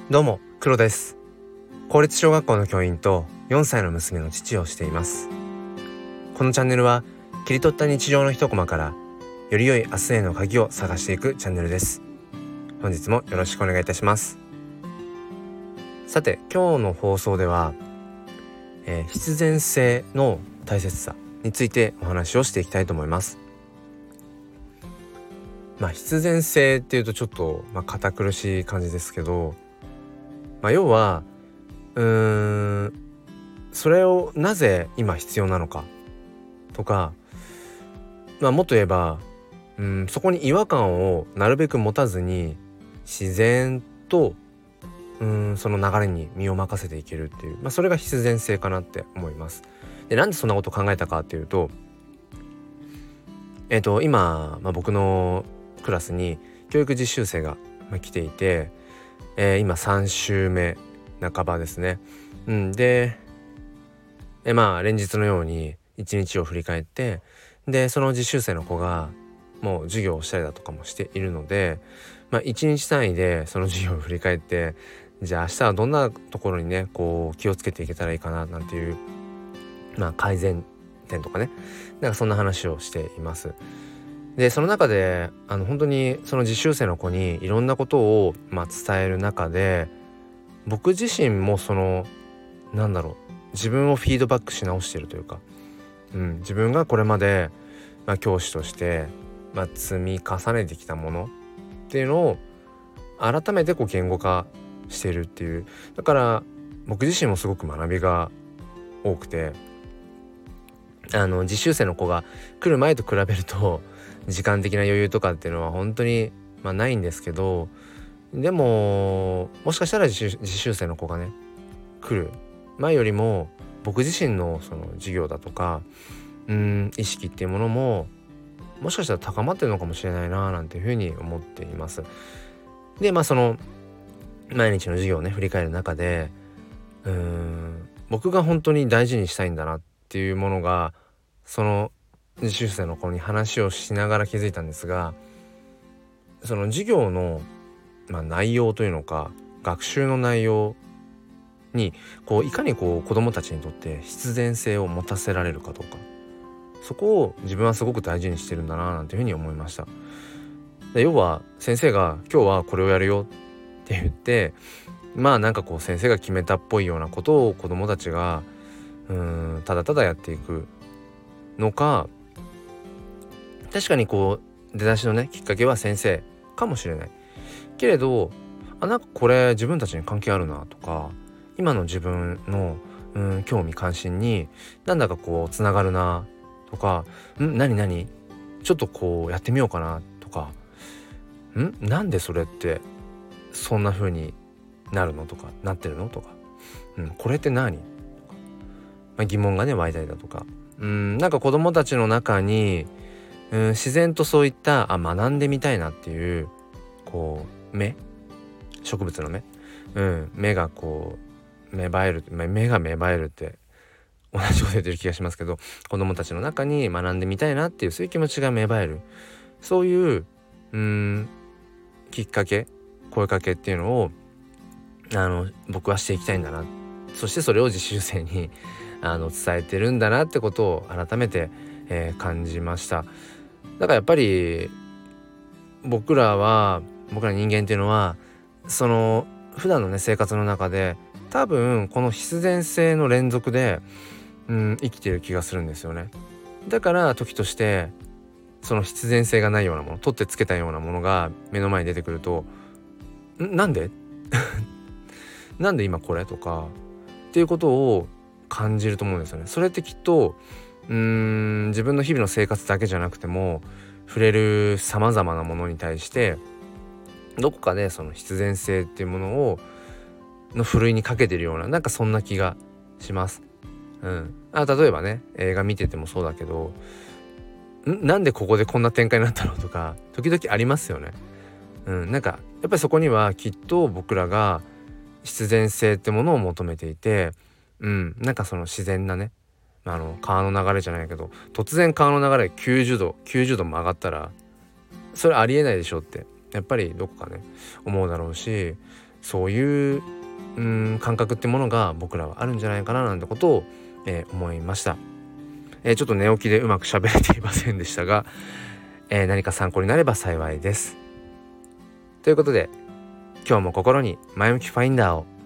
どうも、黒です。公立小学校の教員と4歳の娘の父をしています。このチャンネルは切り取った日常の一コマからより良い明日への鍵を探していくチャンネルです。本日もよろしくお願いいたします。さて、今日の放送では、必然性の大切さについてお話をしていきたいと思います。必然性っていうとちょっと堅苦しい感じですけど、要はそれをなぜ今必要なのかとか、もっと言えばそこに違和感をなるべく持たずに自然とその流れに身を任せていけるっていう、それが必然性かなって思います。で、なんでそんなことを考えたかっていうと、今、僕のクラスに教育実習生が来ていて、今3週目半ばですね。で、連日のように一日を振り返って、でその実習生の子がもう授業をしたりだとかもしているので、1日単位でその授業を振り返って、じゃあ明日はどんなところにねこう気をつけていけたらいいかななんていう、改善点とかね、そんな話をしています。でその中で本当にその実習生の子にいろんなことを伝える中で、僕自身も自分をフィードバックし直しているというか、自分がこれまで、教師として、積み重ねてきたものっていうのを改めて言語化しているっていう。だから僕自身もすごく学びが多くて、実習生の子が来る前と比べると時間的な余裕とかっていうのは本当にないんですけど、でももしかしたら実習生の子がね来る前よりも僕自身のその授業だとか意識っていうものももしかしたら高まってるのかもしれないななんていうふうに思っています。でその毎日の授業をね振り返る中で僕が本当に大事にしたいんだなっていうものが、その実習生の子に話をしながら気づいたんですが、その授業の内容というのか学習の内容にいかに子どもたちにとって必然性を持たせられるかどうか、そこを自分はすごく大事にしてるんだななんていうふうに思いました。で要は先生が今日はこれをやるよって言って、先生が決めたっぽいようなことを子どもたちがただただやっていくのか、確かに出だしのねきっかけは先生かもしれないけれど、これ自分たちに関係あるなとか、今の自分の興味関心になんだかつながるなとか、何ちょっとやってみようかなとか、なんでそれってそんな風になるのとかなってるのとか、これって何とか、疑問がね湧いたりだとか、子供たちの中に自然とそういった学んでみたいなっていう植物の芽が芽生える、芽が芽生えるって同じこと言ってる気がしますけど、子供たちの中に学んでみたいなっていうそういう気持ちが芽生える、そういうきっかけ、声かけっていうのを僕はしていきたいんだな、そしてそれを実習生に伝えてるんだなってことを改めて、感じました。だからやっぱり僕ら人間っていうのはその普段のね生活の中で多分この必然性の連続で生きてる気がするんですよね。だから時としてその必然性がないようなもの、取ってつけたようなものが目の前に出てくると、なんでなんで今これとかっていうことを感じると思うんですよね。それってきっと自分の日々の生活だけじゃなくても触れる様々なものに対してどこかでその必然性っていうものをのふるいにかけてるような、そんな気がします。例えばね映画見ててもそうだけど、なんでここでこんな展開になったのとか時々ありますよね。やっぱりそこにはきっと僕らが必然性ってものを求めていて、その自然なね川の流れじゃないけど、突然川の流れ90度曲がったらそれありえないでしょってやっぱりどこかね思うだろうし、 そういう感覚ってものが僕らはあるんじゃないかななんてことを、思いました。ちょっと寝起きでうまく喋れていませんでしたが、何か参考になれば幸いです。ということで今日も心に前向きファインダーを。